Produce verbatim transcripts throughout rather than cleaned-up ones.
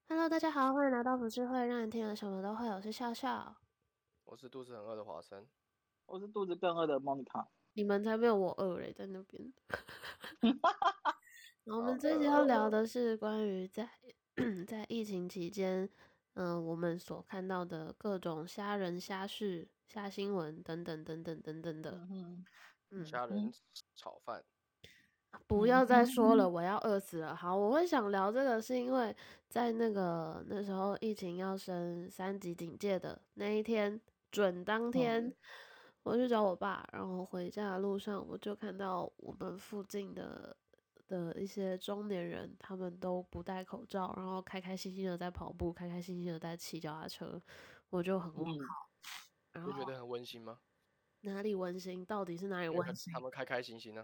Hello，大家好，欢迎来到不智慧，让人听了什么都会。我是笑笑， 我是肚子很饿的华生。 我是肚子更饿的莫妮卡。 你们才没有我饿嘞，在那边。然后我们好， 这一集要聊的是关于在在疫情期间，嗯、我们所看到的各种虾人、虾事、虾新闻等等等等等等的。 嗯哼， 嗯， 虾仁炒饭。 不要再说了，我要饿死了。好，我会想聊这个，是因为在那个那时候疫情要升三级警戒的那一天，准当天，我去找我爸，然后回家的路上，我就看到我们附近的的一些中年人，他们都不戴口罩，然后开开心心的在跑步，开开心心的在骑脚踏车，我就很问嗯， 号。然后不觉得很温馨吗？ 哪里温馨？到底是哪里因为他温馨？ 他们开开心心呢、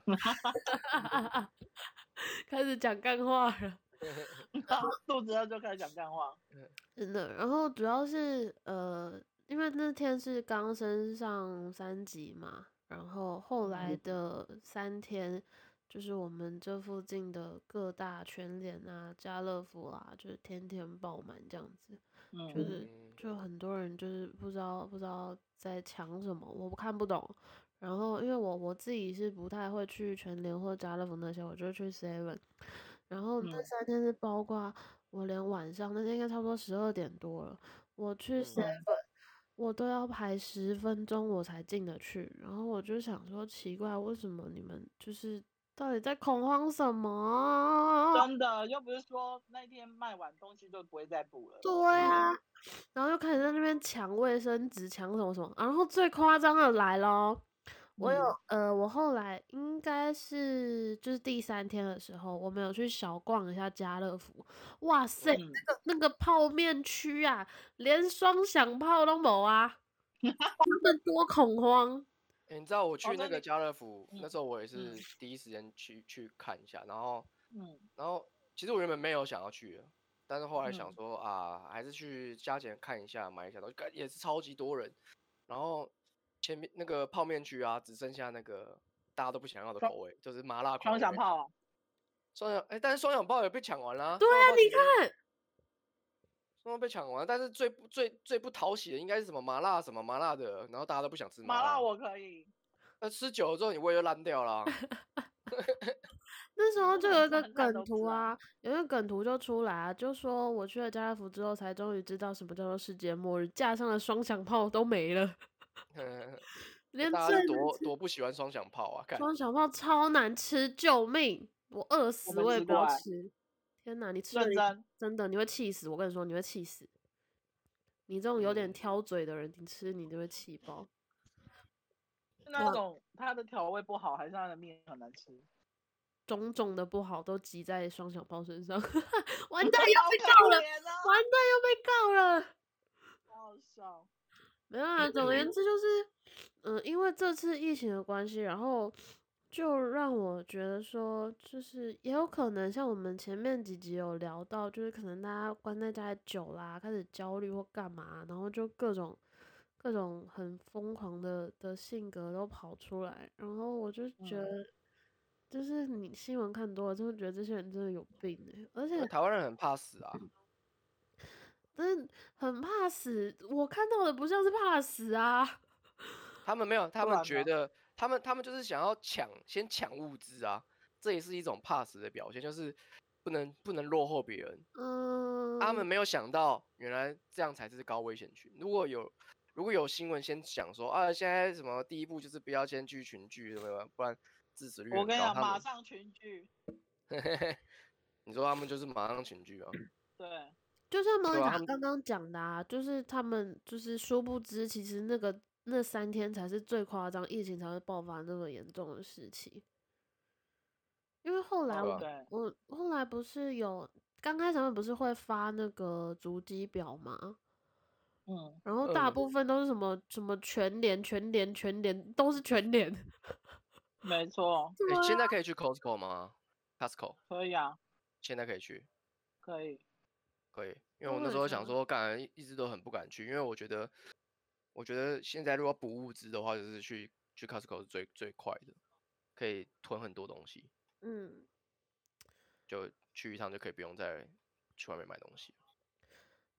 开始讲干话了。 肚子饿就开始讲干话。 真的，然后主要是呃，因为那天是刚升上三级嘛，然后后来嗯的三天，就是我们这附近的各大全联啊、家乐福啊，就是天天爆满这样子，就嗯是嗯， 就很多人就是不知道不知道在抢什么，我看不懂。然后因为我我自己是不太会去全联或家乐福那些，我就去 Seven。然后那嗯三天是包括我连晚上那天应该差不多十二点多了，我去嗯 seven， 嗯， 我都要排十分钟我才进得去。然后我就想说，奇怪，为什么你们就是到底在恐慌什么啊？ 真的，又不是说那天卖完东西就不会再补了。 对啊，然后又开始在那边抢卫生纸，抢什么什么。然后最夸张的来咯，我有嗯呃，我后来应该是就是第三天的时候，我们有去小逛一下家乐福。哇塞， 嗯， 嗯， 那个那个泡面区啊，连双响炮都没啊，他们多恐慌。 欸你知道我去哦，这里， 那个家乐福， 嗯那时候我也嗯是第一时间去去看一下，然后嗯然后其实我原本没有想要去的，但是后来想嗯， 说啊，还是去加减看一下，买一下东西，干也是超级多人。然后前面那个泡面区啊，只剩下那个大家都不想要的双口味，就是麻辣口味。 双响炮啊。 双响哎，但是双响炮也被抢完啦、 对啊， 双响炮其实你看， 双响被抢完，但是最不最最不讨喜的应该是什么麻辣什么麻辣的，然后大家都不想吃麻辣。 麻辣我可以。 那吃久了之后，你胃就烂掉了啊。 那时候就有一个烂梗都吃啊。 图啊，有一个梗图就出来啊，就说我去了家乐福之后，才终于知道什么叫做世界末日，架上的双响炮都没了，连大家是最难吃多多不喜欢双响炮啊！看， 双响炮超难吃，救命！我饿我死我也不要没吃过哎， 吃。天哪，你吃了你认真。 真的你会气死！我跟你说，你会气死。你这种有点嗯， 挑嘴的人，你吃你就会气爆。 是那种它的调味不好，还是它的面很难吃？ 种种的不好都积在双响炮身上，完蛋好又被告了， 可怜啊， 完蛋又被告了。 好好笑。 没有啊，总而言之就是，嗯、因为这次疫情的关系，然后就让我觉得说，就是也有可能像我们前面几集有聊到，就是可能大家关在家里久啦，开始焦虑或干嘛，然后就各种各种很疯狂的的性格都跑出来，然后我就觉嗯， 得，就是你新闻看多了，就会觉得这些人真的有病哎、而且因为台湾人很怕死啊。 真的很怕死，我看到的不像是怕死啊。 他们没有，他们不然呢？ 觉得他们他们就是想要抢，先抢物资啊，这也是一种怕死的表现，就是不能不能落后别人。他们嗯， 没有想到，原来这样才是高危险群。如果有如果有新闻先讲说啊，现在什么第一步就是不要先去群聚，什么不然致死率很高。 我跟你讲， 他们， 马上群聚。 你说他们就是马上群聚啊？ 对， 就像莫妮对啊，他们卡刚刚讲的啊，就是他们就是殊不知，其实那个那三天才是最夸张，疫情才会爆发那么严重的事情。因为后来哦， 对我啊， 对， 我后来不是有刚开始他们不是会发那个足迹表吗？ 嗯， 然后大嗯， 部分都是什么什么全联、全联、全联，都是全联。 没错， 哎、 对啊， 现在可以去 Costco 吗？Costco 可以啊， 现在可以去。 可以。 可以，因为我都很多。 那时候想说，干一一直都很不敢去，因为我觉得，我觉得现在如果补物资的话，就是去去 Costco 是最最快的，可以囤很多东西， 嗯， 就去一趟就可以不用再去外面买东西。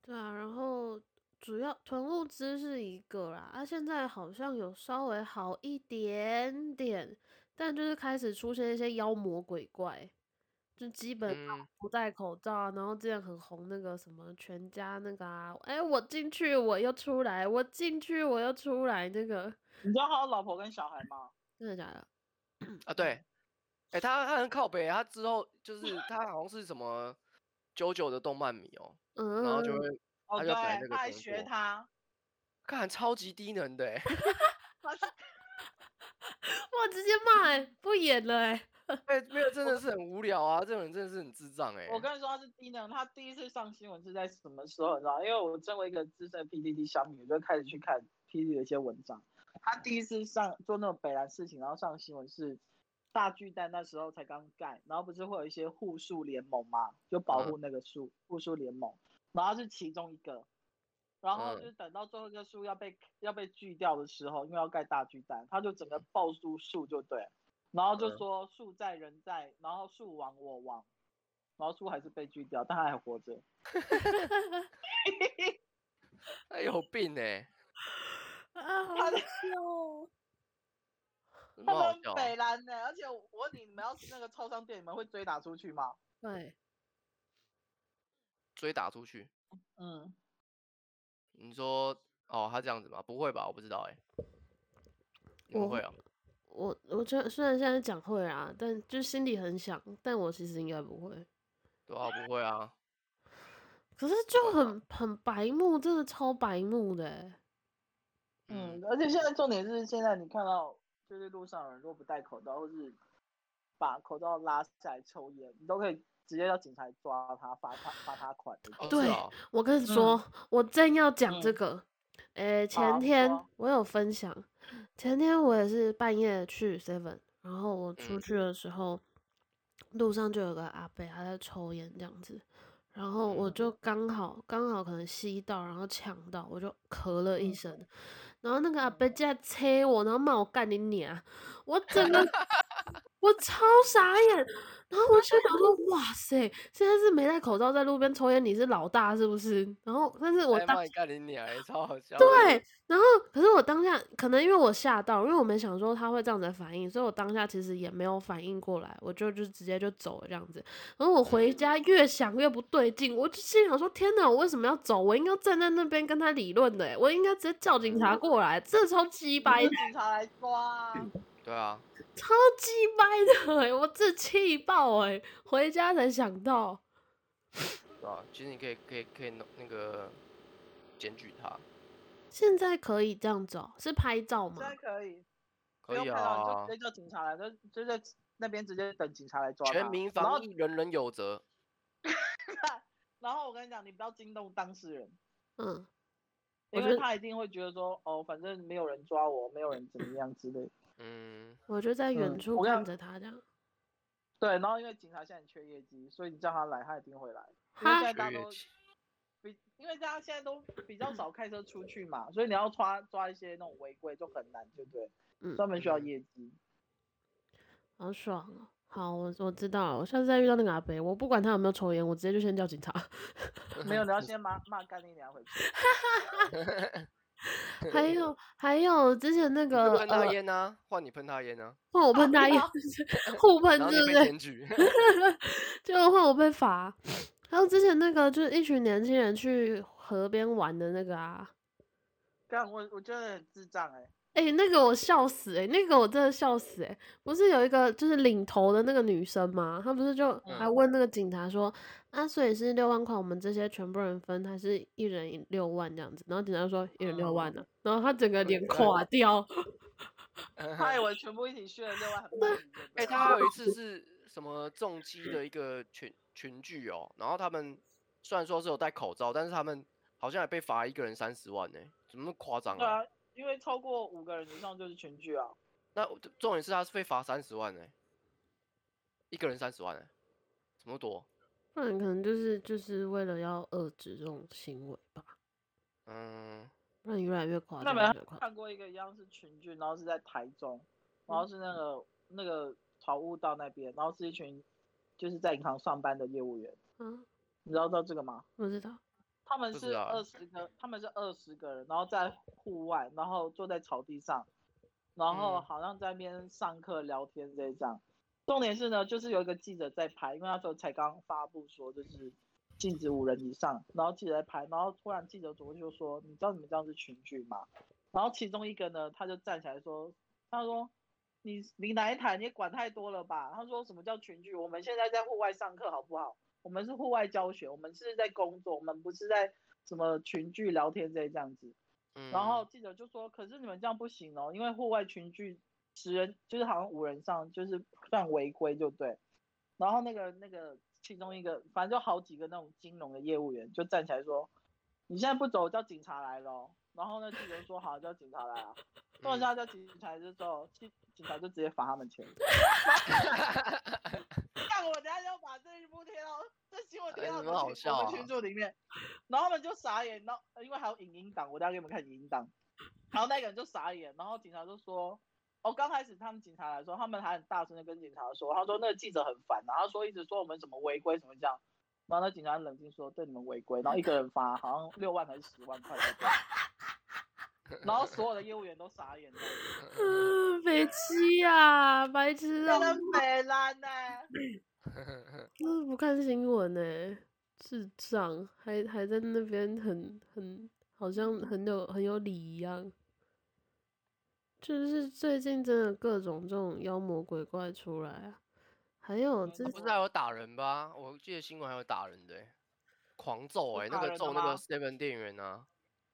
对啊，然后主要囤物资是一个啦，啊，现在好像有稍微好一点点，但就是开始出现一些妖魔鬼怪，就基本上嗯， 不戴口罩啊，然后之前很红那个什么全家那个啊，哎，我进去我又出来，我进去我又出来，那个你知道他有老婆跟小孩吗？ 真的假的？ 啊对，哎、他他很靠北，他之后就是他好像是什么九九的动漫迷哦，然后就嗯， 会哦， 他对， 就摆那个他还动作， 学他， 看超级低能的哎， 他是哇，直接骂哎，不演了哎， 哎、没有真的是很无聊啊，这种人真的是很智障哎、 我跟你说他是低能，他第一次上新闻是在什么时候？你知道？因为我身为一个资深 P D D 小米，我就开始去看 P D D 的一些文章。他第一次上做那种北兰事情，然后上新闻是大巨蛋那时候才刚盖，然后不是会有一些护树联盟嘛，就保护那个树护树联盟，然后是其中一个。然后就是等到最后一个树要被要被锯掉的时候，因为要盖大巨蛋，他就整个爆树树就对了，然后就说树在人在，然后树亡我亡，然后树还是被锯掉，但他还活着。 他有病哎、 啊，好他的笑哦， 他蛮好笑、 们北啊。 蓝的，而且我问你，你们要那个超商店，你们会追打出去吗？ 对， 追打出去， 嗯， 你说哦他这样子吗？不会吧，我不知道哎、你们我会啊？ 我我觉得虽然现在讲会啊，但就心里很想，但我其实应该不会。 对啊，不会啊， 可是就不会吧？ 很很白目，真的超白目的欸。 嗯，而且现在重点是，现在你看到就是路上有人如果不戴口罩，或是把口罩拉下来抽烟，你都可以直接叫警察抓他，罚他罚他款的。 哦，是对， 哦， 我跟你嗯说，我正要讲这嗯， 个。诶，前好，你天说， 我有分享，前天我也是半夜去 seven，然后我出嗯去的时候，路上就有个阿伯他在抽烟这样子，然后我嗯就刚好刚好可能吸到，然后呛到，我就咳了一嗯声，然后那个阿嗯， 伯竟然催我，然后骂我干你娘，我整个我超傻眼，然后我就想说，哇塞，现在是没戴口罩在路边抽烟，你是老大是不是？然后，但是我当还骂你干你娘欸，超好笑的。 对，然后可是我当下可能因为我吓到，因为我没想说他会这样子的反应，所以我当下其实也没有反应过来，我就就直接就走了这样子。然后我回嗯， 家越想越不对劲，我就心想说：天哪，我为什么要走？我应该站在那边跟他理论的欸，我应该直接叫警察嗯， 过来，这超鸡你掰的， 叫警察来抓啊！ 对啊， 超鸡掰的欸，我这气爆哎！回家才想到， 对啊，其实你可以可以可以弄那个检举他， 现在可以这样走，是拍照现在吗？ 可以，不可以用拍到，你就直啊， 接叫警察来，就就在那边直接等警察来抓他。 全民然后， 防疫，人人有责。 然后我跟你讲，你不要惊动当事人， 嗯，我因为觉得他一定会觉得说，哦，反正没有人抓我，没有人怎么样之类的。 嗯， 我就在远嗯， 处看我跟你讲， 着他这样， 对，然后因为警察现在很缺业绩，所以你叫他来，他一定会来。因为现哈在大家都学乐器。 比，因为大家现在都比较少开车出去嘛，所以你要抓抓一些那种违规就很难，对不对？ 嗯， 专门需要嗯， 业绩。 好爽哦！好，我我知道了，我下次再遇到那个阿伯，我不管他有没有抽烟，我直接就先叫警察。 没有，你要先骂骂干你娘回去。 还有还有，之前那你就个喷他呃， 烟啊，换你喷他烟啊， 换我喷他烟， 靠互喷然后你被是不是？ 检举。 结果换我被罚。还有之前那个，就是一群年轻人去河边玩的那个啊， 干我我觉得很智障哎、 诶、那个我笑死诶、那个我真的笑死诶、不是有一个就是领头的那个女生吗？她不是就还嗯， 问那个警察说，啊，所以是六万块，我们这些全部人分，还是一人一六万这样子？然后警察就说一人六嗯， 万呢、然后他整个脸对， 垮掉。 他以为全部一起去了六万很满意，对不哎、 对？ 他还有一次是什么重击的一个群群聚哦，然后他们虽然说是有戴口罩，但是他们好像也被罚一个人三十万呢，怎么那么夸张啊？ 对啊，因为超过五个人以上就是群聚啊。 那重点是他是被罚三十万呢，一个人三十万呢，怎么多？ 不然可能就是就是为了要遏制这种行为吧， 嗯， 不然越来越夸张， 那没有越来越夸张。 看过一个一样是群聚，然后是在台中，然后是那个那个草悟道那边，然后是一群就是在银行上班的业务员。 嗯， 你知道知道这个吗？ 我知道。 他们是不知道欸二十个，他们是二十个人，然后在户外，然后坐在草地上，然后嗯好像在那边上课聊天这样。重点是呢，就是有一个记者在拍，因为那时候才刚发布说就是禁止五人以上，然后记者在拍，然后突然记者走过去就说：“你知道你们这样是群聚吗？”然后其中一个呢，他就站起来说：“他说你你哪一台你也管太多了吧？”他说：“什么叫群聚？我们现在在户外上课好不好？我们是户外教学，我们是在工作，我们不是在什么群聚聊天这样子。”然后嗯， 记者就说：“可是你们这样不行哦，因为户外群聚十人就是好像五人上就是算违规，就对。”然后那个那个其中一个，反正就好几个那种金融的业务员就站起来说：“你现在不走，叫警察来咯。”然后呢，记者说：“好，叫警察来啊。”突然嗯间叫警察来的时候，警警察就直接罚他们钱。像我等下就把这一部贴到这新闻贴到哎怎么好我笑啊们群组里面，然后他们就傻眼，然后因为还有影音档，我等下给你们看影音档。然后那个人就傻眼，然后警察就说：“哦，刚开始他们警察来说，他们还很大声的跟警察说，他说那个记者很烦，然后说一直说我们什么违规什么这样。”然后那警察很冷静说：“对你们违规。”然后一个人罚好像六万还是十万块这样。然后所有的业务员都傻眼了。 嗯，北七呀，白痴啊！ 真的北烂呢。 真的不看新闻呢、智障，还还在那边很很好像很有很有理一样。就是最近真的各种这种妖魔鬼怪出来啊，还有之啊不是还有打人吧？我记得新闻还有打人的、欸，狂揍哎、欸，那有打人的个揍那个吗 seven 店员啊，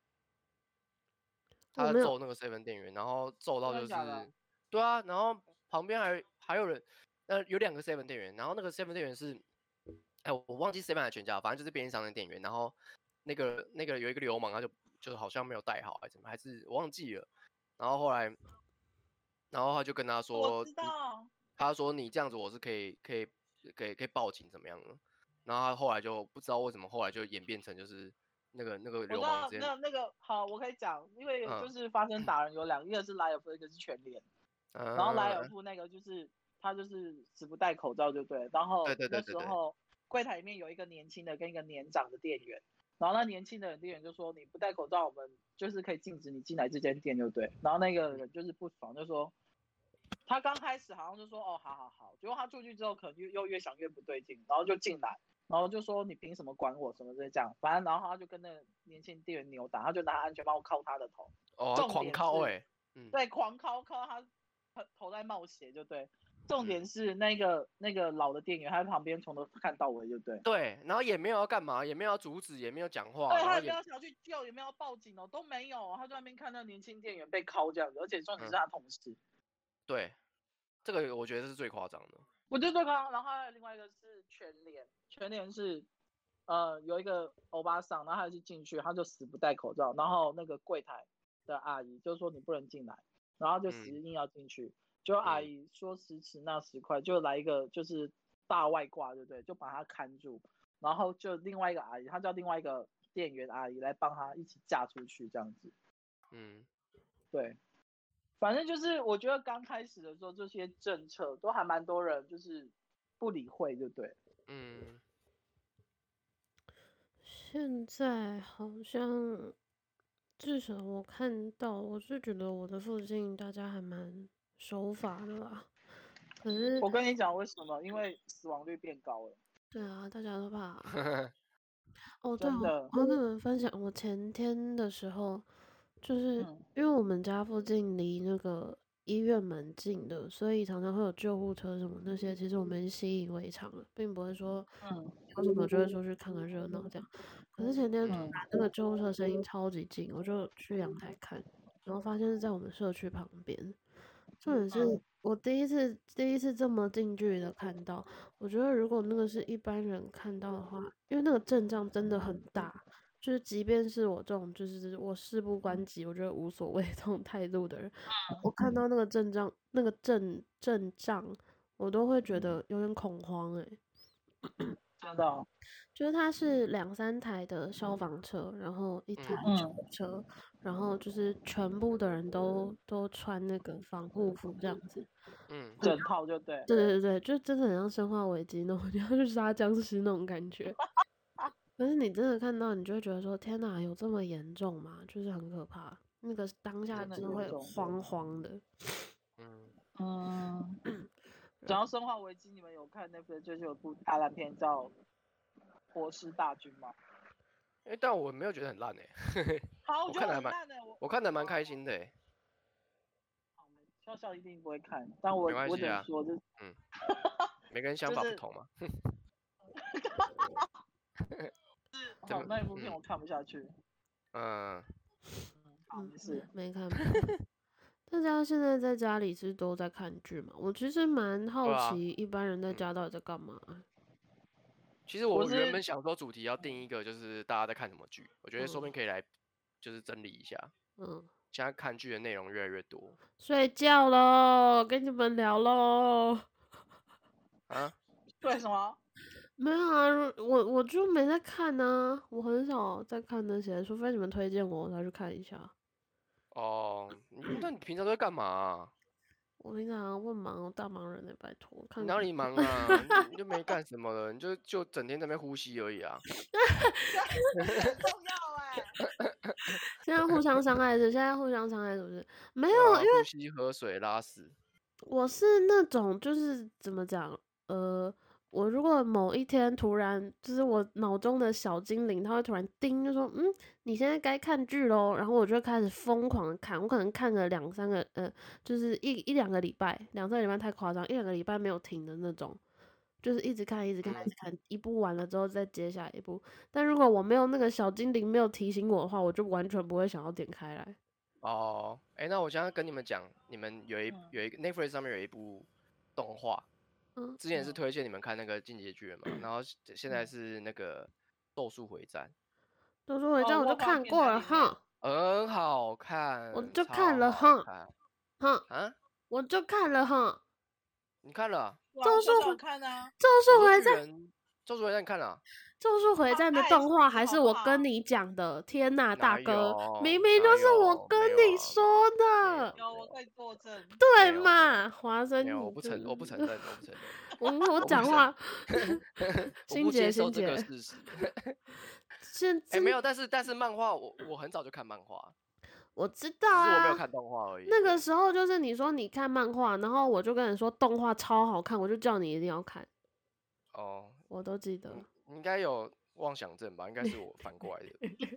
我没有他揍那个 seven 店员，然后揍到就真的假的是，对啊，然后旁边还还有人，呃，有两个 seven 店员，然后那个 seven 店员是，哎，我忘记 seven 还是全家，反正就是便利商店店员，然后那个那个有一个流氓，他就就好像没有带好还是怎么，还是我忘记了，然后后来，然后他就跟他我说， 知道。 他说你这样子我是可以可以可以可以报警怎么样的，然后他后来就不知道为什么后来就演变成就是那个那个我知道流氓直接， 那那个好，我可以讲，因为嗯就是发生打人有两个，一个是莱尔夫，一个是全联。 嗯， 然后莱尔夫那个就是他就是死不戴口罩，就对。然后对对对那对对， 时候柜台里面有一个年轻的跟一个年长的店员，然后那年轻的店员就说你不戴口罩，我们就是可以禁止你进来这间店，就对。然后那个人就是不爽，就说他刚开始好像就说哦好好好，结果他出去之后可能又又越想越不对劲，然后就进来。然后就说你凭什么管我什么的这样，反正然后他就跟那个年轻店员扭打，他就拿安全帽铐他的头， 哦，他狂重点是敲哎、嗯， 对，狂敲敲他头头在冒血，就对。重嗯点是那个那个老的店员，他在旁边从头看到尾，就对。 对，然后也没有要干嘛，也没有要阻止，也没有讲话， 对， 然后也他也没有想去救，也没有要报警哦，都没有。他在那边看那年轻店员被铐这样子，而且重点是他同事。 对，这个我觉得是最夸张的。 我觉得最刚，然后还有另外一个是全联，全联是呃有一个欧巴桑，然后他是进去，他就死不戴口罩，然后那个柜台的阿姨就说你不能进来，然后就死嗯硬要进去，就阿姨说十尺那十块，就来一个就是大外挂，对不对？就把他看住，然后就另外一个阿姨，他叫另外一个店员阿姨来帮他一起架出去这样子， 嗯， 对。反正就是我觉得刚开始的时候，这些政策都还蛮多人就是不理会，就对。 嗯， 现在好像至少我看到，我是觉得我的附近大家还蛮守法的啦。可是我跟你讲为什么？因为死亡率变高了。 对啊，大家都怕。哦，对，我真的我要跟你们分享，我前天的时候，就是嗯因为我们家附近离那个医院蛮近的，所以常常会有救护车什么那些，其实我们习以为常了，并不会说嗯有什么就会出去看个热闹这样。可是前天突然嗯那个救护车声音超级近，我就去阳台看，然后发现是在我们社区旁边。重点是嗯我第一次第一次这么近距离的看到，我觉得如果那个是一般人看到的话，因为那个阵仗真的很大，就是即便是我这种就是我事不关己，我觉得无所谓这种态度的人，我看到那个阵仗那个阵阵仗，我都会觉得有点恐慌诶、 真的哦。 就是它是两三台的消防车，然后一台嗯救护车，然后就是全部的人都都穿那个防护服这样子。 嗯， 整套就对。 对对对，就真的很像生化危机那种，你要去杀僵尸那种感觉。 可是你真的看到，你就会觉得说，天哪，有这么严重吗？就是很可怕，那个当下真的真的会严重慌慌的。 嗯， 嗯，讲到生化危机，你们有看 Netflix 最近有部大烂片叫《活尸大军》吗？ 哎，但我没有觉得很烂哎， 好，我觉我看得还蛮， 得很烂的、我我看得蛮开心的哎， 笑笑一定不会看，但我没关我只能系啊， 说，就是嗯，每个人想就是法不同嘛，怎好么，嗯那一部片我看不下去。 嗯， 嗯，好， 嗯， 没事。 没没看没看。大家现在在家里是都在看剧嘛？我其实蛮好对啊， 奇，一般人在嗯， 家到底在干嘛？ 其实我是我原本想说主题要定一个，就是大家在看什么剧，我觉得说不嗯定可以来就是整理一下， 嗯， 现在看剧的内容越来越多睡觉喽，跟你们聊喽。 啊， 为什么？ 没有啊，如我我就没在看呢、我很少在看那些，除非你们推荐我，我才去看一下。 哦，你那你平常都在干嘛啊？ 我平常问忙，我大忙人呢、拜托， 你看哪里忙啊？你就你就没干什么了，你就就整天在那边呼吸而已啊。 很重要哎、 现在互相伤害是，现在互相伤害是不是？没有， 对啊， 因为呼吸、喝水、拉屎。 我是那种就是怎么讲，呃，我如果某一天突然就是我脑中的小精灵，它会突然叮，就说嗯，你现在该看剧喽，然后我就会开始疯狂的看，我可能看个两三个，呃，就是一一两个礼拜，两三个礼拜太夸张，一两个礼拜没有停的那种。就是一直看，一直看，一嗯， 直看，一部完了之后再接下一部。但如果我没有那个小精灵没有提醒我的话，我就完全不会想要点开来。 哦，哎，那我现在跟你们讲，你们有一嗯有一个 Netflix 上面有一部动画， 嗯， 之前是嗯推荐你们看那个《进击的巨人》嘛，然后现现在嗯， 是那个《咒术回战都说回哦， 战我就我放看过了片在里面。 哈，》， 很好我看， 就看超好了哈看哈， 啊！ 我就看了哈。 你看了对啊，笑笑有咒术回看啊。 咒我说术回战， 巨人，《咒术回战》你看了？ 咒术回好战的爱死动画还好不是我跟好？ 你讲的。天呐，大哪哥，明有？ 明就哪是我有？没跟有啊， 你说没有， 的， 有， 没有， 我可以作证。 对没有，没有， 嘛？华没有，我生你真不承，我不承的， 认，我不承认， 我我我不承， 讲话， 我不心结接受这个心结， 事实。 现哎，没真有，但是但是漫画我我很早就看漫画， 我知道只是我没有啊。 看动画而已。 那个时候就是你说你看漫画，然后我就跟你说动画超好看，我就叫你一定要看， 哦， 我都记得。 你你应该有妄想症吧？应该是我反过来的。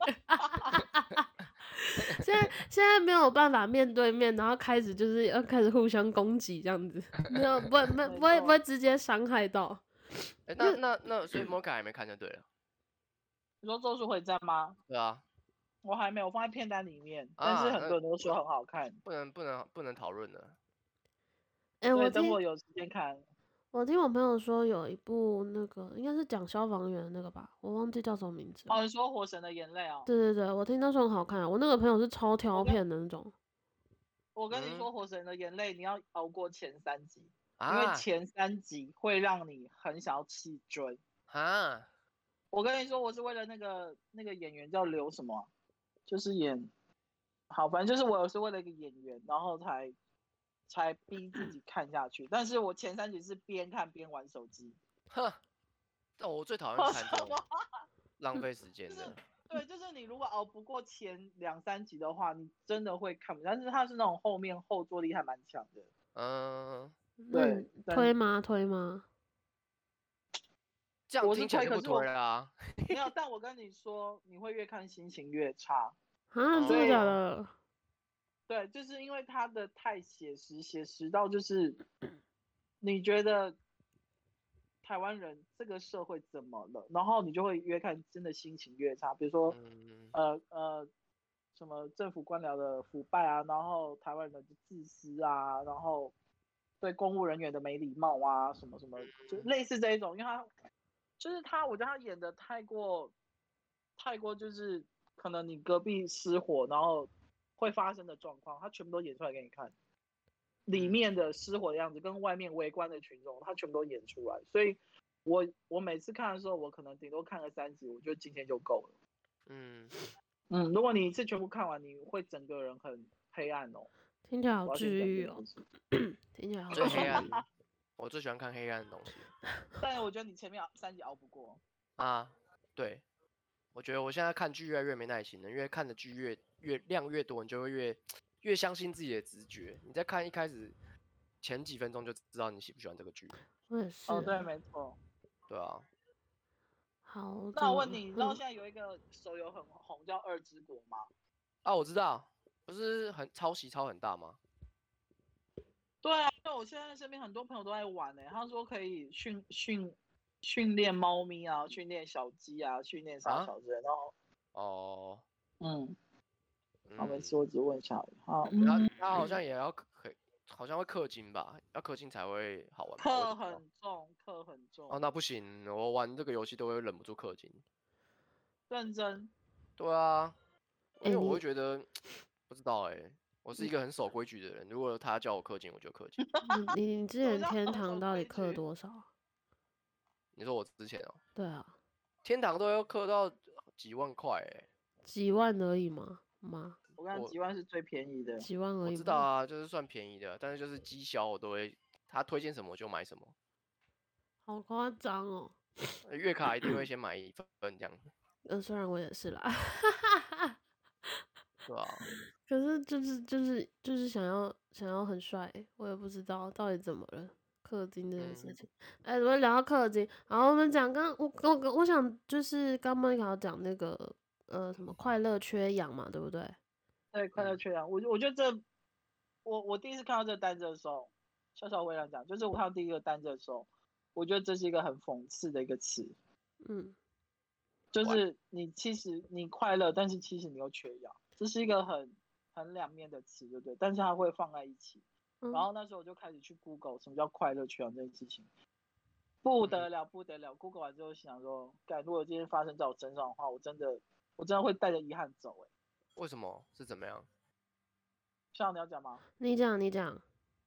现在现在没有办法面对面，然后开始就是要开始互相攻击这样子，没有不会没没不会不会错。 直接伤害到。 哎，那那那，所以摩卡还没看就对了。 你说《咒术回战》吗？ 对啊， 我还没有放在片单里面，但是啊， 很那多人都说很好看。 不能不能不能讨论了。 哎、我对，等听我有时间看。 我听我朋友说有一部那个应该是讲消防员的那个吧，我忘记叫什么名字了。 哦，你说《火神的眼泪》哦？ 对对对，我听他说很好看，我那个朋友是超挑我跟片的那种。 嗯我跟你说，《火神的眼泪》你要熬过前三集，因为啊前三集会让你很想要弃追。 啊， 我跟你说，我是为了那个那个演员叫刘什么啊，就是演，好，反正就是我是为了一个演员，然后才才逼自己看下去。但是我前三集是边看边玩手机。 哼，但我最讨为厌看这种什么？ 浪费时间就是的。 对，就是你如果熬不过前两三集的话，你真的会看不。但是他是那种后面后坐力还蛮强的。 嗯， 那你对，但推吗？推吗？ 这样我是听起来就不推可是我推啦。 没有。但我跟你说，你会越看心情越差。 啊，真的所以假的？ 对，就是因为他的太写实，写实到就是你觉得台湾人这个社会怎么了，然后你就会越看真的心情越差。比如说， 嗯呃呃，什么政府官僚的腐败啊，然后台湾人的自私啊，然后对公务人员的没礼貌啊，什么什么，就类似这一种。因为他就是他，我觉得他演的太过太过，就是可能你隔壁失火，然后会发生的状况，他全部都演出来给你看。里面的失火的样子跟外面围观的群众，他全部都演出来。所以我我每次看的时候，我可能顶多看个三集，我觉得今天就够了。 嗯， 嗯，如果你一次全部看完，你会整个人很黑暗哦。 听起来好我要先治愈哦讲这件事，情。 听起来好最治愈。 黑暗，我最喜欢看黑暗的东西但是我觉得你前面三集熬不过。 啊。对， 我觉得我现在看剧越来越没耐心了，因为看的剧越越量越多，你就会越越相信自己的直觉。你在看一开始前几分钟就知道你喜不喜欢这个剧。 我也是、 哦，对， 欸。 没错。 对啊， 好， 那我问你，你知道嗯现在有一个手游很红叫《二之国》吗？ 啊，我知道，不是很抄袭抄很大吗？ 对啊，因为我现在身边很多朋友都在玩呢、欸他说可以训训训练猫咪啊，训练小鸡啊，训练啥啊？ 小之类的。然后， 哦， 嗯，好，没嗯， 事，我只问一下而已。好， 他嗯， 他好像也要可以，好像会氪金吧？要氪金才会好玩吧？我也课不知道。 很重，课很重， 哦，那不行，我玩这个游戏都会忍不住氪金。 认真。 对啊，因哎、 为我会你觉得不知道哎、我是一个很守规矩的人，如果他叫我氪金，我就氪金。 你你你之什么前天叫很守堂到底氪规矩？ 多少啊？ 你说我之前哦、 对啊， 天堂都要氪到几万块哎、 几万而已吗？吗？ 我看我几万是最便宜的。 几万而我已吗？ 知道啊，就是算便宜的，但是就是绩效我都会，他推荐什么我就买什么， 好夸张哦。 月卡一定会先买一份这样， 嗯、虽然我也是啦， 对吧、 可是就是就是就是想要想要很帅，我也不知道到底怎么了。氪金这件事嗯情，哎、怎么聊到氪金？然后我们讲刚我我我想就是刚莫妮卡讲那个呃什么快乐缺氧嘛，对不对？ 对，快乐嗯缺氧。我我觉得这，我我第一次看到这个单字的时候，笑笑微这讲，就是我看到第一个单字的时候，我觉得这是一个很讽刺的一个词， 嗯就 ，What？ 是你其实你快乐，但是其实你又缺氧，这是一个很很两面的词，对不对？但是它会放在一起。然嗯， 后那时候我就开始去 Google 什么叫快乐缺氧这件事情，不嗯得了不得了。Google 完之后想说，干，如果今天发生在我身上的话，我真的我真的会带着遗憾走、欸。哎， 为什么是怎么样？ 像你要讲吗？ 你讲你讲，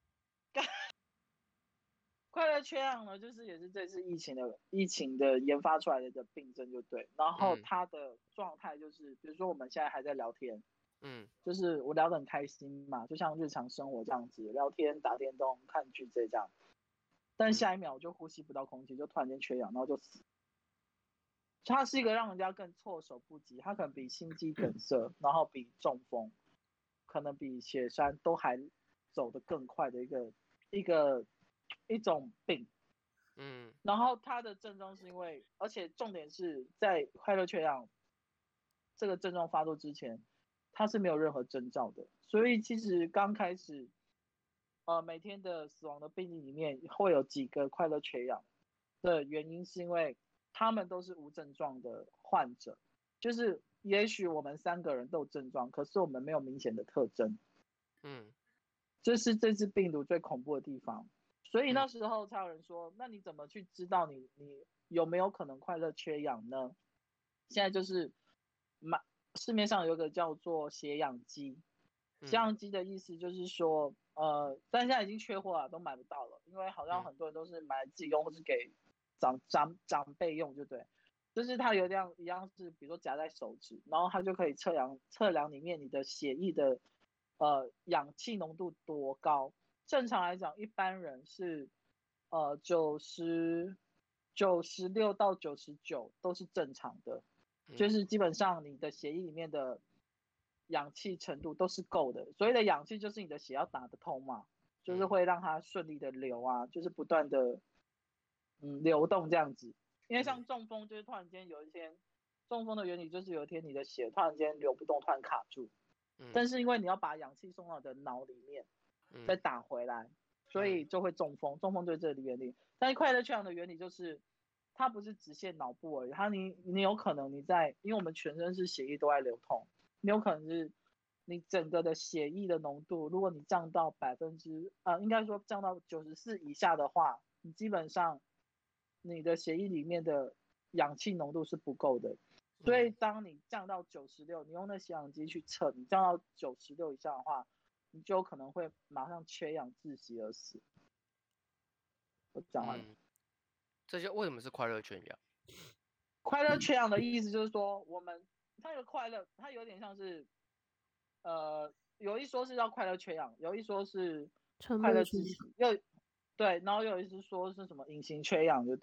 快乐缺氧呢，就是也是这次疫情的疫情的研发出来的一个病症，就对。然后嗯它的状态就是，比如说我们现在还在聊天， 嗯就是我聊得很开心嘛，就像日常生活这样子，聊天、打电动、看剧这样。但嗯下一秒我就呼吸不到空气，就突然间缺氧，然后就死。它是一个让人家更措手不及，它可能比心肌梗塞，然后比中风，可能比雪山都还走得更快的一个一个一种病。 嗯然后它的症状是因为，而且重点是在快乐缺氧这个症状发作之前，它是没有任何征兆的。所以其实刚开始，呃，每天的死亡的病例里面会有几个快乐缺氧的原因，是因为他们都是无症状的患者，就是也许我们三个人都有症状，可是我们没有明显的特征。 嗯这是这只病毒最恐怖的地方。所以嗯那时候才有人说，那你怎么去知道你你有没有可能快乐缺氧呢？现在就是买市面上有一个叫做血氧机，血嗯氧机的意思就是说，呃，但现在已经缺货了，都买不到了，因为好像嗯很多人都是买来自己用，或是给长长长辈用，就对。就是它有点一样是，比如说夹在手指，然后它就可以测量测量里面你的血液的呃氧气浓度多高。正常来讲，一般人是呃九十九十六到九十九都是正常的，就嗯是基本上你的血液里面的氧气程度都是够的。所谓的氧气就是你的血要打得通嘛，就是嗯会让它顺利的流啊，就是不断的嗯流动这样子。因为像中风，就是突然间有一天，中风的原理就是有一天你的血突然间流不动，突然卡住， 嗯但是因为你要把氧气送到你的脑里面，再嗯打回来，所以就会中风。中风就是这个原理。但是快乐缺氧的原理就是，它不是只限脑部而已，它你你有可能你在，因为我们全身是血液都在流通，你有可能是你整个的血液的浓度，如果你降到百分之呃，应该说降到九十四以下的话，你基本上你的血液里面的氧气浓度是不够的。所以当你降到九十六，你用那血氧机去测，你降到九十六以上的话，你就有可能会马上缺氧窒息而死。我讲完了。 嗯，这些为什么是快乐缺氧？ 快乐缺氧的意思就是说，我们它有快乐，它有点像是，呃，有一说是叫快乐缺氧，有一说是沉快乐默是窒息，又对，然后有一是说是什么隐形缺氧，对不对？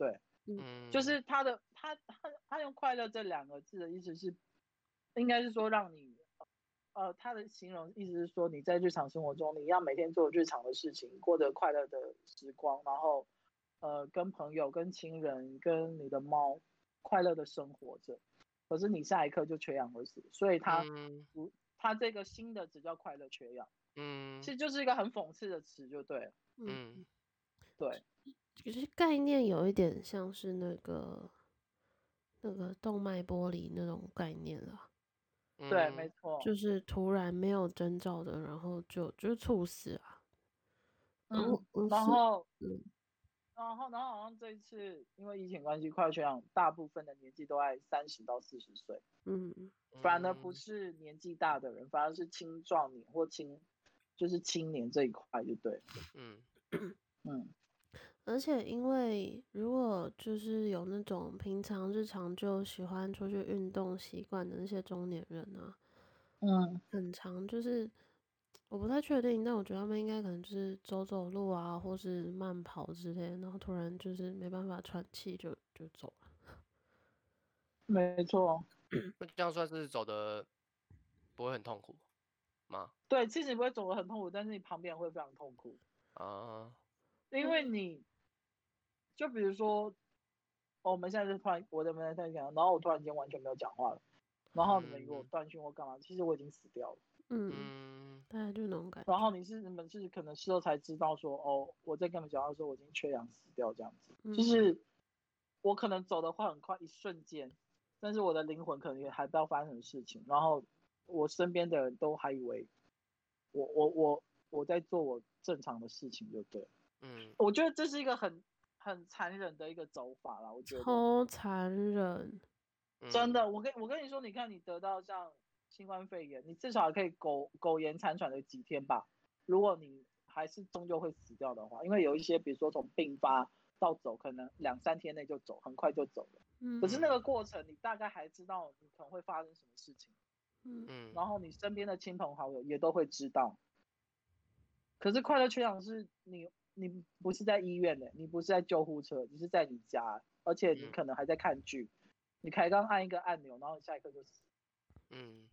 嗯， 就是他的他他他用快乐这两个字的意思是，应该是说让你，呃，他的形容意思是说你在日常生活中你要每天做日常的事情，过得快乐的时光，然后呃跟朋友、跟亲人、跟你的猫快乐的生活着，可是你下一刻就缺氧而死，所以他嗯不，他这个新的词叫快乐缺氧， 嗯其实就是一个很讽刺的词，就对了， 嗯， 嗯对， 其实概念有一点像是那个那个动脉剥离那种概念啦， 对，没嗯错， 就是突然没有征兆的，然后就就猝死啊。然后嗯， 嗯是然后。 嗯然后，然后好像这一次因为疫情关系，快缺氧大部分的年纪都在三十到四十岁， 嗯反而不嗯是年纪大的人，反而是青壮年或青，就是青年这一块就对， 嗯嗯而且因为如果就是有那种平常日常就喜欢出去运动习惯的那些中年人啊， 嗯， 很长就是我不太确定，但我觉得他们应该可能就是走走路啊，或是慢跑之类的，然后突然就是没办法喘气就就走了。 没错， 那这样算是走的不会很痛苦吗？ 对，其实你不会走得很痛苦，但是你旁边人会非常痛苦， 啊， 因为你就比如说，哦我们现在是突然我在那边在讲，然后我突然间完全没有讲话了，然后你们如果嗯断讯或干嘛，其实我已经死掉了。 嗯， 嗯大概就那种感觉。 然后你是你们是可能事后才知道说，哦，我在跟你们讲话的时候我已经缺氧死掉这样子，就嗯是我可能走的话很快一瞬间，但是我的灵魂可能也还不知道发生什么事情，然后我身边的人都还以为我我我我在做我正常的事情，就对了。 嗯我觉得这是一个很很残忍的一个走法啦，我觉得超残忍。 真的，我跟我跟你说，你看你得到像新冠肺炎，你至少还可以苟苟延残喘的几天吧。如果你还是终究会死掉的话，因为有一些比如说从病发到走，可能两三天内就走，很快就走了。可是嗯那个过程，你大概还知道你可能会发生什么事情， 嗯嗯然后你身边的亲朋好友也都会知道。可是快乐缺氧是你你不是在医院的，你不是在救护车，你是在你家，而且你嗯可能还在看剧，你才刚按一个按钮，然后下一刻就死。 嗯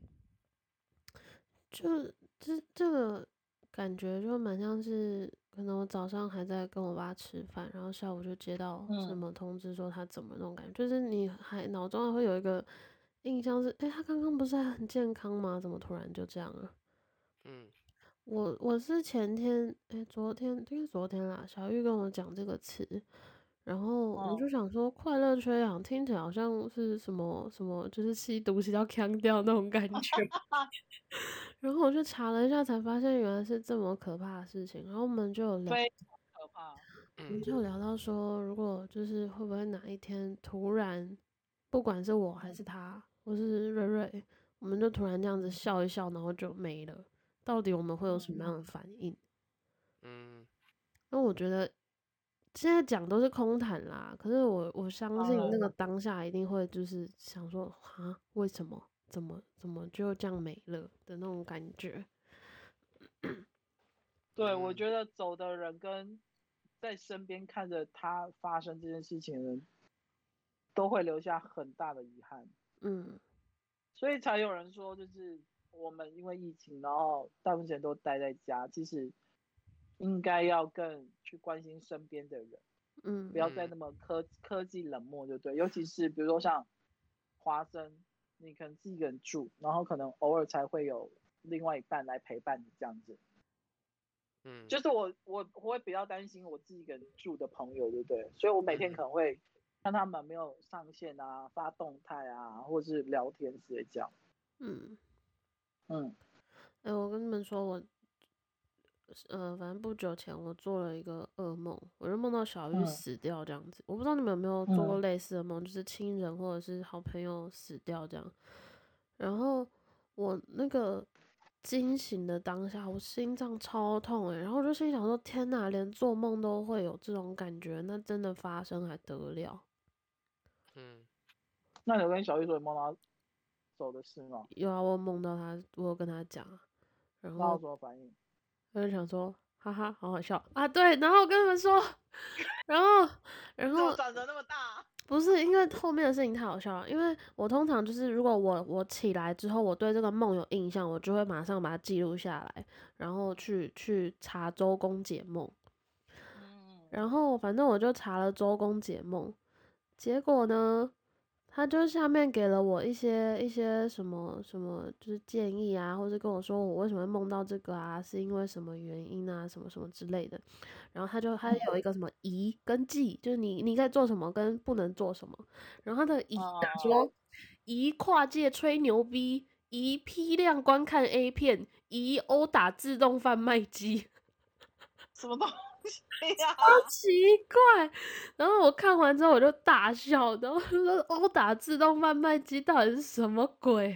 就这这个感觉就蛮像是，可能我早上还在跟我爸吃饭，然后下午就接到什嗯， 么通知说他怎么那种感觉，就是你还脑中还会有一个印象是，诶，他刚刚不是还很健康吗？怎么突然就这样了？ 嗯我我是前天，诶，昨天应该昨天啦，小玉跟我讲这个词，然后我就嗯， 想说，快乐缺氧听起来好像是什么什么，就是吸毒吸到呛掉那种感觉。然后我就查了一下，才发现原来是这么可怕的事情。然后我们就有聊， 非常可怕。 嗯我们就有聊到说，如果就是会不会哪一天突然，不管是我还是他，或是瑞瑞，我们就突然这样子笑一笑，然后就没了。到底我们会有什么样的反应？ 嗯那我觉得现在讲都是空谈啦，可是我我相信那当然， 个当下一定会就是想说，啊，为什么？怎么怎么就这样没了的那种感觉？ 对，我嗯觉得走的人跟在身边看着他发生这件事情的人，都会留下很大的遗憾。 嗯所以才有人说，就是我们因为疫情，然后大部分时间都待在家，其实应该要更去关心身边的人，不要嗯再嗯那么科科技冷漠，就对。尤其是比如说像华生，你可能自己一个人住，然后可能偶尔才会有另外一半来陪伴你这样子。 嗯就是我我我会比较担心我自己一个人住的朋友，对不对？所以我每天可能会看他们没有上线啊，发动态啊，或是聊天之类这样。 嗯， 嗯哎、我跟你们说，我呃，反正不久前我做了一个噩梦，我就梦到小玉嗯死掉这样子。我不知道你们有没有做过嗯类似的梦，就是亲人或者是好朋友死掉这样。然后我那个惊醒的当下，我心脏超痛诶、然后我就心想说：天哪，连做梦都会有这种感觉，那真的发生还得了？ 嗯那你有跟小玉说你梦到走的事吗？ 有啊，我梦到他，我有跟他讲啊，然那有后什么反应？ 他就想说哈哈，好好笑啊！对，然后我跟你们说，然后然怎么后转折那么大？ 不是因为后面的事情太好笑了，因为我通常就是如果我我起来之后，我对这个梦有印象，我就会马上把它记录下来，然后去去查周公解梦。 嗯， 然后反正我就查了周公解梦，结果呢，他就下面给了我一些一些什么什么，就是建议啊，或者跟我说我为什么会梦到这个啊，是因为什么原因啊，什么什么之类的。然后他就他有一个什么宜跟忌，就是你你可以做什么跟不能做什么。然后他的宜哦， 说宜跨界吹牛逼，宜批量观看 A 片，宜殴打自动贩卖机。 什么东西呀？ 好奇怪，然后我看完之后我就大笑，然后就说殴打自动贩卖机到底是什么鬼？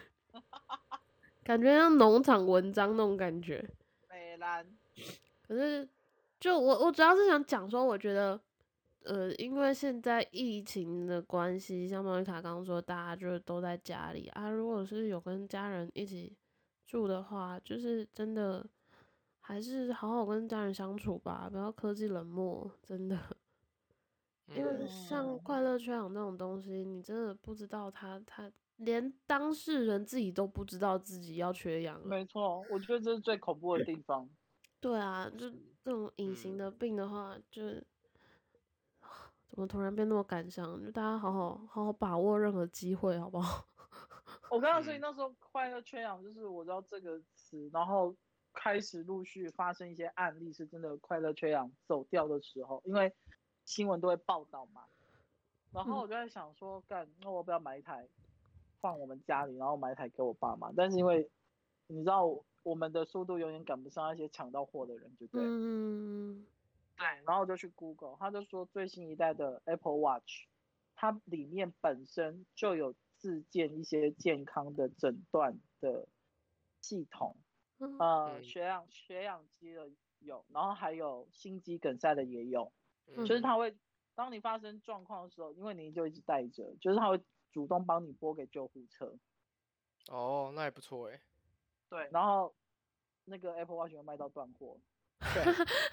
感觉像农场文章那种感觉。 美兰， 可是，就我我主要是想讲说，我觉得，呃，因为现在疫情的关系，像莫妮卡刚刚说，大家就是都在家里啊。如果是有跟家人一起住的话，就是真的还是好好跟家人相处吧，不要科技冷漠，真的。因为嗯， 像嗯， 快乐缺氧这种东西，你真的不知道他他连当事人自己都不知道自己要缺氧了。 没错，我觉得这是最恐怖的地方。 对啊，就这种隐形嗯， 的病的话，就怎么突然变那么感伤？就大家好好好好把握任何机会，好不好？ 我刚刚所以嗯， 那时候快乐缺氧就是我知道这个词，然后开始陆续发生一些案例，是真的快乐缺氧走掉的时候，因为新闻都会报道嘛。然后嗯我就在想说，干，那我不要买一台放我们家里，然后买一台给我爸妈。但是因为你知道我们的速度永远赶不上那些抢到货的人，对不对？ 嗯对，然后就去 Google，他就说最新一代的 Apple Watch，它里面本身就有自建一些健康的诊断的系统， 嗯呃， 嗯， 血氧血氧机的有，然后还有心肌梗塞的也有， 嗯就是它会当你发生状况的时候，因为你就一直带着，就是它会主动帮你拨给救护车， 哦，那还不错哎。 对，然后那个 Apple Watch 有卖到断货， 对，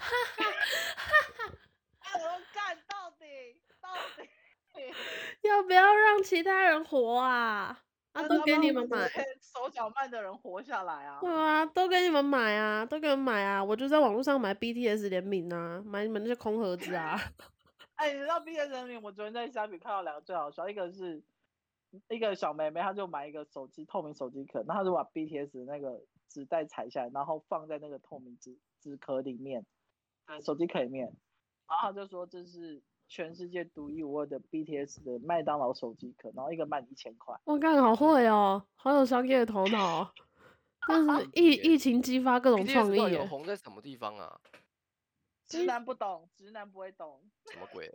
哎，我说干到底到底。 要不要让其他人活啊？啊， 那都给要不然我们这你们买。 些手脚慢的人活下来啊！ 对啊，都给你们买啊，都给你们买啊！我就在网络上买 B T S 联名啊，买你们那些空盒子啊。 哎，你知道毕业人名？我昨天在虾皮看到两个最好笑，一个是一个小妹妹，她就买一个手机透明手机壳，然后她就把 B T S 那个纸袋裁下来，然后放在那个透明纸纸壳里面，呃，手机壳里面，然后她就说这是全世界独一无二的 B T S 的麦当劳手机壳，然后一个卖一千块。 我干，好会哦，好有商业的头脑哦。但是真的疫耶疫情激发各种 BTS 创到底有意耶。 红在什么地方啊？ 直男不懂，直男不会懂。 什么鬼？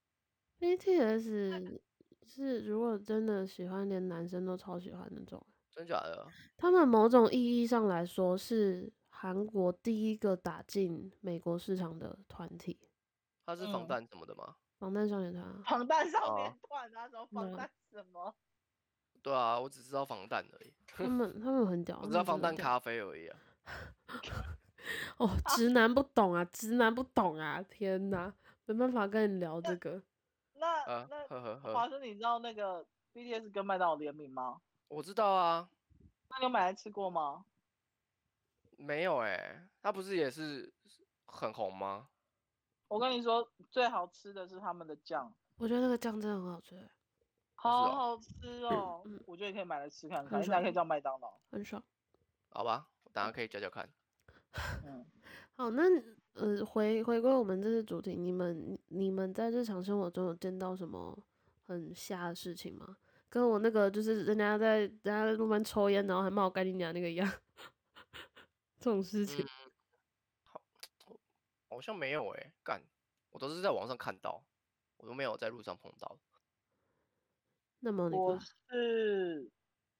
B T S 是如果真的喜欢，连男生都超喜欢那种。 真假的？ 他们某种意义上来说是韩国第一个打进美国市场的团体， 它是防嗯， 弹什么的吗？ 防弹少年团啊。 防弹少年哦， 团啊，什么防弹什么？ 对啊，我只知道防弹而已， 他们他们很屌，他我知道们真的很屌。 防弹咖啡而已啊。 哦，直男不懂啊，直男不懂啊！天哪，没办法跟你聊这个。 那啊， 那呵呵呵， 华生，你知道那个 B T S 跟麦当劳联名吗？ 我知道啊， 那你有买来吃过吗？ 没有哎、它不是也是很红吗？ 我跟你说，最好吃的是他们的酱， 我觉得那个酱真的很好吃欸， 好哦好吃哦。 嗯， 我觉得你可以买来吃看很看，应该可以爽， 叫麦当劳。 很爽。 好吧，我等下可以教教看。 嗯， 好，那呃，回回归我们这次主题，你们你们在日常生活中有见到什么很瞎的事情吗？跟我那个就是人家在人家在路边抽烟，然后还骂我干你娘那个一样，这种事情。 嗯，好，好像没有哎、干，我都是在网上看到，我都没有在路上碰到。 那么你我看， 是，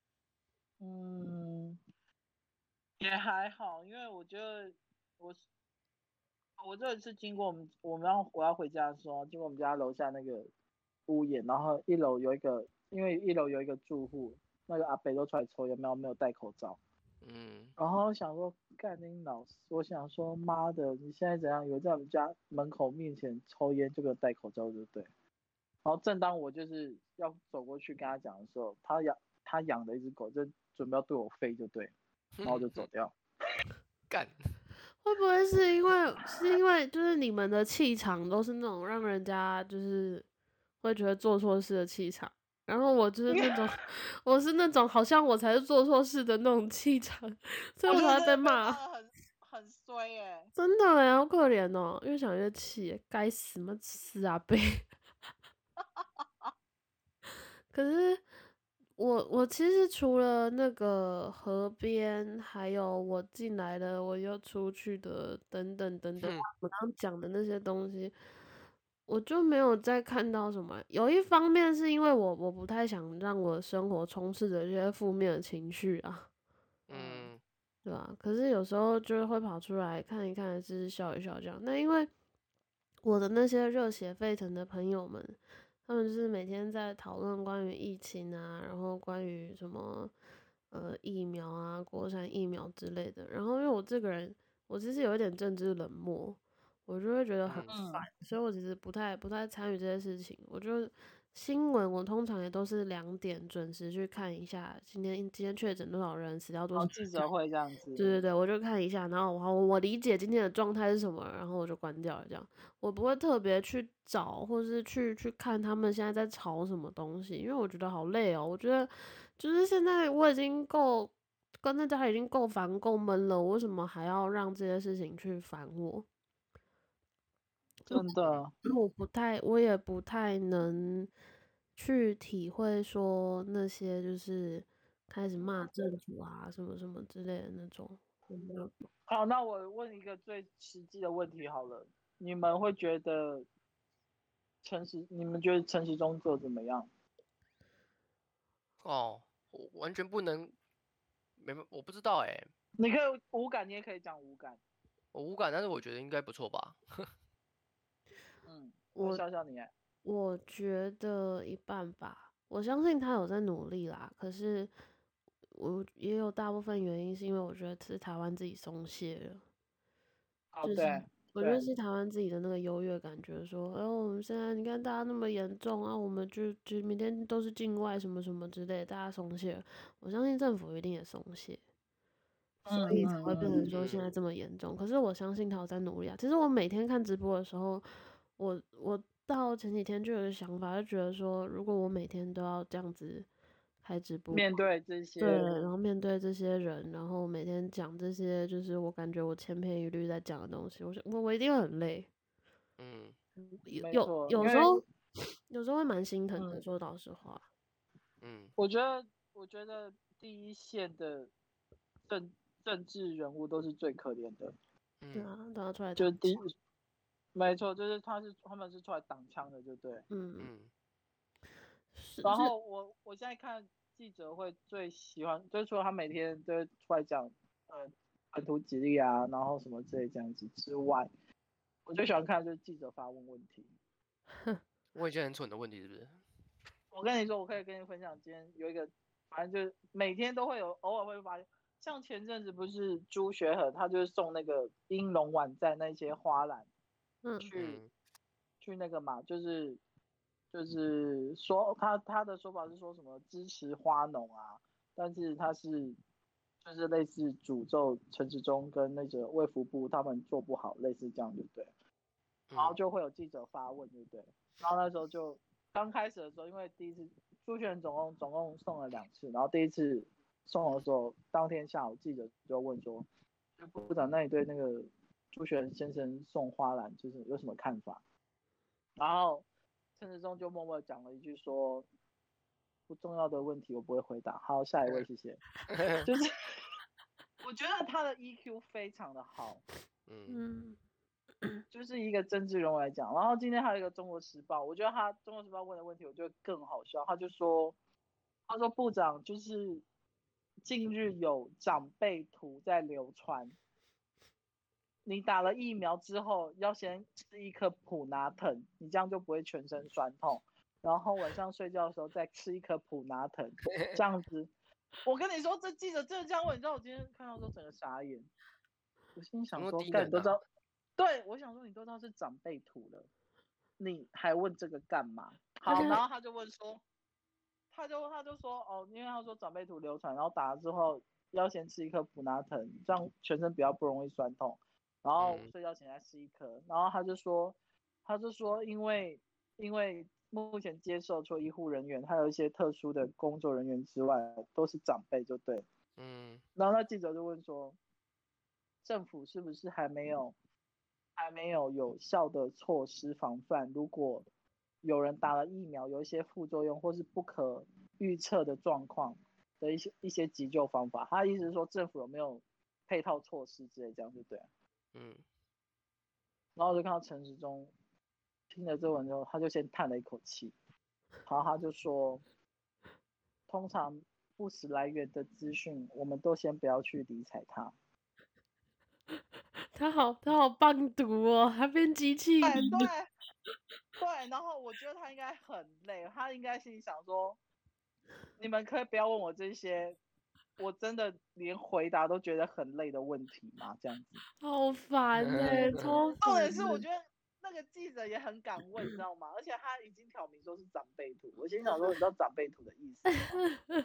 嗯，也还好，因为我觉得我是我这一次经过我们我们要我要回家的时候，经过我们家楼下那个屋檐，然后一楼有一个，因为一楼有一个住户，那个阿北都出来抽烟，没有没有戴口罩， 嗯， 然后想说干你老师，我想说妈的，你现在怎样？有在我们家门口面前抽烟就给我戴口罩，对不对？然后正当我就是要走过去跟他讲的时候，他养他养的一只狗就准备要对我飞，就对，然后我就走掉。 干， 会不会是因为是因为就是你们的气场都是那种让人家就是会觉得做错事的气场，然后我就是那种我是那种好像我才是做错事的那种气场，所以我才会被骂。 很很衰耶、欸， 真的哎，好可怜哦，越想越气，该死吗？死阿贝！可是我我其实除了那个河边，还有我进来的，我又出去的，等等等等，我刚刚讲的那些东西，我就没有再看到什么。有一方面是因为我我不太想让我的生活充斥着这些负面的情绪啊， 嗯， 对吧？可是有时候就是会跑出来看一看，就是笑一笑这样。那因为我的那些热血沸腾的朋友们。他们就是每天在讨论关于疫情啊，然后关于什么呃疫苗啊、国产疫苗之类的。然后因为我这个人，我其实有一点政治冷漠，我就会觉得很嗯烦，所以我其实不太不太参与这些事情。我就新闻，我通常也都是两点准时去看一下，今天今天确诊多少人，死掉多少人。 记者会这样子。 对对对，我就看一下，然后我我理解今天的状态是什么，然后我就关掉了。这样，我不会特别去找，或是去去看他们现在在吵什么东西，因为我觉得好累哦。我觉得就是现在我已经够跟在家已经够烦够闷了，我为什么还要让这些事情去烦我？ 真的， 我不太，我也不太能去体会说那些就是开始骂政府啊什么什么之类的那种，我没有。 好，那我问一个最实际的问题好了，你们会觉得陈时，你们觉得陈时中做怎么样？ 哦，我完全不能，没，我不知道哎、 你可以无感，你也可以讲无感。 我无感，但是我觉得应该不错吧。 嗯， 我笑笑你， 我觉得一半吧，我相信他有在努力啦。可是我也有大部分原因是因为我觉得是台湾自己松懈了， 哦， 就是对， 我觉得是台湾自己的那个优越感觉，说，哎、我们现在你看大家那么严重啊，我们就就明天都是境外什么什么之类的，大家松懈了。我相信政府一定也松懈，所嗯以才会变嗯成说现在这么严重。可是我相信他有在努力啊。其实我每天看直播的时候，我我到前几天就有个想法，就觉得说，如果我每天都要这样子开直播， 面对这些， 对，然后面对这些人，然后每天讲这些，就是我感觉我千篇一律在讲的东西，我想我我一定会很累。 嗯， 有有没错，因为有时候有时候会蛮心疼的， 嗯， 说老实话。 嗯， 我觉得我觉得第一线的政政治人物都是最可怜的， 嗯， 对啊，都要出来就是第挡枪。 没错，就是他是他们是出来挡枪的，对不对？ 嗯， 嗯， 然是是， 后我我现在看记者会最喜欢，就是除了他每天都会出来讲呃本土吉利啊，然后什么之类这样子之外，我最喜欢看的就是记者发问问题。 问一些很蠢的问题，是不是？ 我跟你说，我可以跟你分享，今天有一个，反正就是每天都会有，偶尔会发现，像前阵子不是朱学恒，他就是送那个英龙晚在那些花篮嗯去、 嗯去那个嘛，就是就是说他他的说法是说什么支持花农啊，但是他是就是类似诅咒陈时中跟那个卫福部他们做不好，类似这样对不对？然后嗯就会有记者发问，对不对？然后那时候就刚开始的时候，因为第一次朱学恒总共总共送了两次，然后第一次送的时候，当天下午记者就问说，部长，那你对那个朱学恒先生送花篮就是有什么看法？然后陈时中就默默讲了一句说，不重要的问题我不会回答。好，下一位，谢谢。就是我觉得他的 E Q 非常的好， 嗯嗯就是一个政治人物来讲。然后今天还有一个《中国时报》，我觉得他《中国时报》问的问题，我觉得更好笑。他就说，他说部长就是近日有长辈图在流传，你打了疫苗之后要先吃一颗普拿疼，你这样就不会全身酸痛。然后晚上睡觉的时候再吃一颗普拿疼，这样子我跟你说，这记者真的这样问，你知道我今天看到之后整个傻眼。我心想说， 怎么低能啊？ 干你都知道，对我想说你都知道是长辈图了，你还问这个干嘛？好， 而且然后他就问说，他就他就说哦，因为他说长辈图流产，然后打了之后要先吃一颗普拿疼，这样全身比较不容易酸痛，然后嗯睡觉前再吃一颗，然后他就说，他就说因为因为目前接受除了医护人员，还有一些特殊的工作人员之外，都是长辈，就对。 嗯然后那记者就问说，政府是不是还没有还没有有效的措施防范？如果有人打了疫苗，有一些副作用或是不可预测的状况的一些一些急救方法，他的意思是说政府有没有配套措施之类，这样对不对？ 嗯， 然后我就看到陈时中听了这文之后，他就先叹了一口气，然后他就说，通常不实来源的资讯，我们都先不要去理睬它。 他好他好棒读哦，他变机器对人对了。 对，然后我觉得他应该很累，他应该心里想说，你们可以不要问我这些，我真的连回答都觉得很累的问题吗？这样子。 好烦哎、超重烦点是我的。 觉得那个记者也很敢问，你知道吗？而且他已经挑明说是长辈图，我心想说，你知道长辈图的意思吗？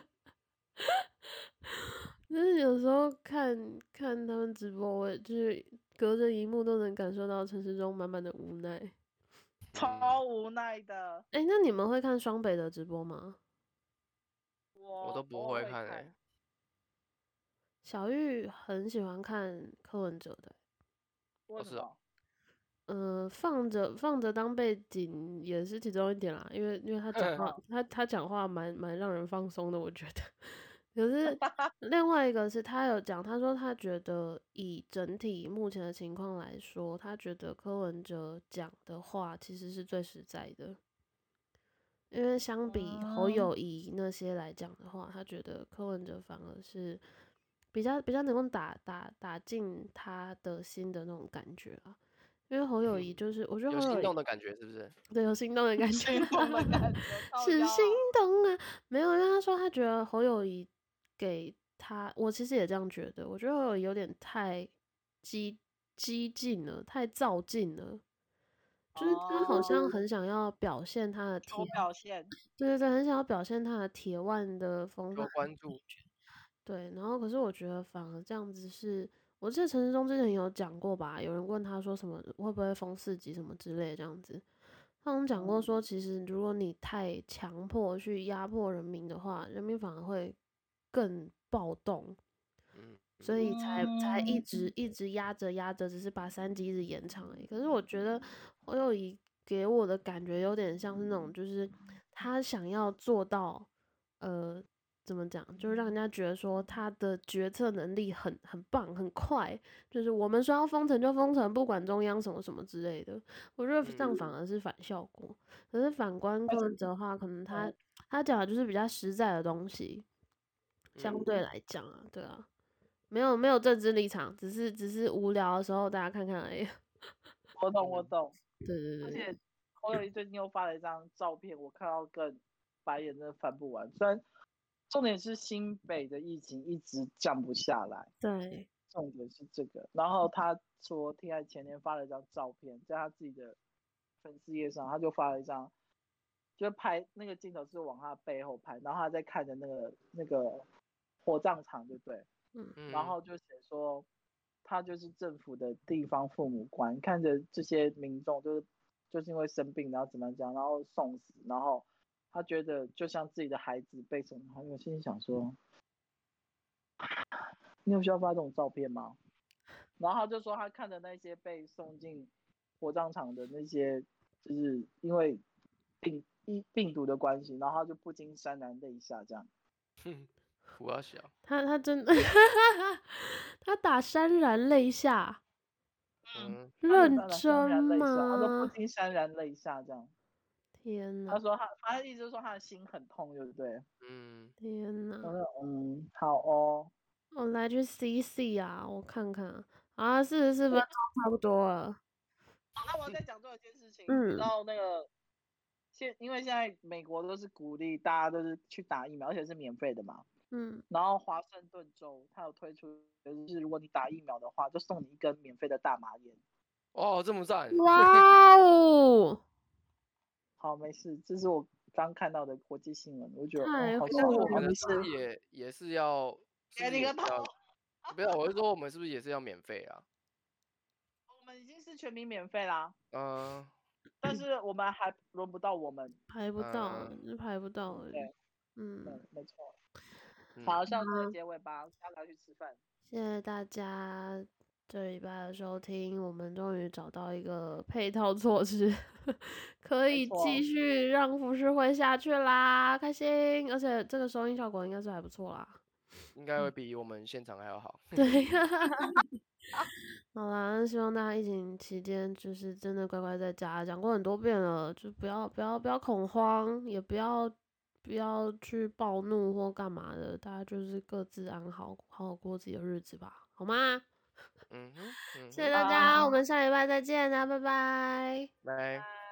就是有时候看看他们直播，我就是隔着荧幕都能感受到陈时中满满的无奈。 超无奈的。 哎、那你们会看双北的直播吗？ 我我都不偶尔会会看哎、 看， 小玉很喜欢看柯文哲的、 哦是哦， 为什么？ 呃，放着放着当背景也是其中一点啦，因为因为他讲话，他他讲话蛮蛮让人放松的，我觉得。可是另外一个是他有讲，他说他觉得以整体目前的情况来说，他觉得柯文哲讲的话其实是最实在的，因为相比侯嗯友谊那些来讲的话，他觉得柯文哲反而是比较比较能够打打打进他的心的那种感觉啊。因为侯友谊就是，我觉得有侯友谊心动的感觉是不是？ 对有心动的感觉， 心动的感觉，靠是心腰啊。 动啊，没有，因为他说他觉得侯友谊给他，我其实也这样觉得，我觉得侯友谊有点太激激进了，太躁进了，就是他好像哦， 很想要表现他的铁求，表现。 对对对，很想要表现他的铁腕的风范求关注， 对，然后可是我觉得反而这样子是，我记得陈时中之前有讲过吧，有人问他说什么会不会封四级什么之类的这样子，他好像讲过嗯说，其实如果你太强迫去压迫人民的话，人民反而会更暴动， 嗯， 所以才才一嗯， 直一直压着压着，只是把三级一直延长而已。可是我觉得侯友谊给我的感觉有点像是那种，就是他想要做到，呃，怎么讲，就是让人家觉得说他的决策能力很很棒、很快，就是我们说要封城就封城，不管中央什么什么之类的。我觉得这样反嗯而是反效果。可是反观柯文哲的话，可能他嗯他讲的就是比较实在的东西，相嗯， 对来讲啊，对啊。没有没有政治立场，只是只是无聊的时候大家看看而已。 我懂我嗯懂。 对对对， 而且侯友谊最近又发了一张照片，我看到更白眼真的翻不完。虽然重点是新北的疫情一直降不下来， 对， 重点是这个。然后他昨天还前天发了一张照片，在他自己的粉丝页上，他就发了一张，就拍那个镜头是往他背后拍，然后他在看着那个那个火葬场，对不对？ 嗯， 然后就写说，他就是政府的地方父母官，看着这些民众就是就是因为生病，然后怎么讲，然后送死，然后他觉得就像自己的孩子被什么，我心里想说，你有需要发这种照片吗？然后他就说他看着那些被送进火葬场的那些，就是因为病病病毒的关系，然后他就不禁潸然泪下，这样。 哼，不要小， 他他真的，他打潸然泪下， 嗯， 他认当然潸真然泪下，他说不吗？ 禁潸然泪下这样。 天呐， 他说他，他的意思就是说他的心很痛，对不对？ 嗯， 天呐， 我说嗯，好哦。 我来去 C C 啊，我看看啊，啊，四十四分钟差不多了。 好，那我再讲最后一件事情， 嗯你知道那个现因为现在美国都是鼓励大家都是去打疫苗，而且是免费的嘛。 嗯， 然后华盛顿州它有推出，就是如果你打疫苗的话，就送你一根免费的大麻烟。 哦，这么赞！ 哇哦， 好，没事，这是我刚看到的国际新闻，我觉得太哦，好酷爽， 我好没们是不是事。 也也是要，是给你个头！ 不是也是要？不是，我是说我们是不是也是要免费啊？ 我们已经是全民免费啦， 嗯但是我们还轮不到我们。 排不到， 嗯是排不到而已。 对嗯， 对，没错。 嗯， 好，上这个好结尾吧，大家去吃饭。 谢谢大家这礼拜的收听，我们终于找到一个配套措施，可以没错继续让浮世绘下去啦，开心！而且这个收音效果应该是还不错啦。 应该会比我们现场还要好。 对，好啦，那希望大家疫情期间就是真的乖乖在家，讲过很多遍了，就不要不要不要恐慌，也不要不要去暴怒或干嘛的，大家就是各自安好，好好过自己的日子吧，好吗？ 嗯哼，嗯谢谢哼， 大家，我啊们下礼拜再见啦，拜拜。 来。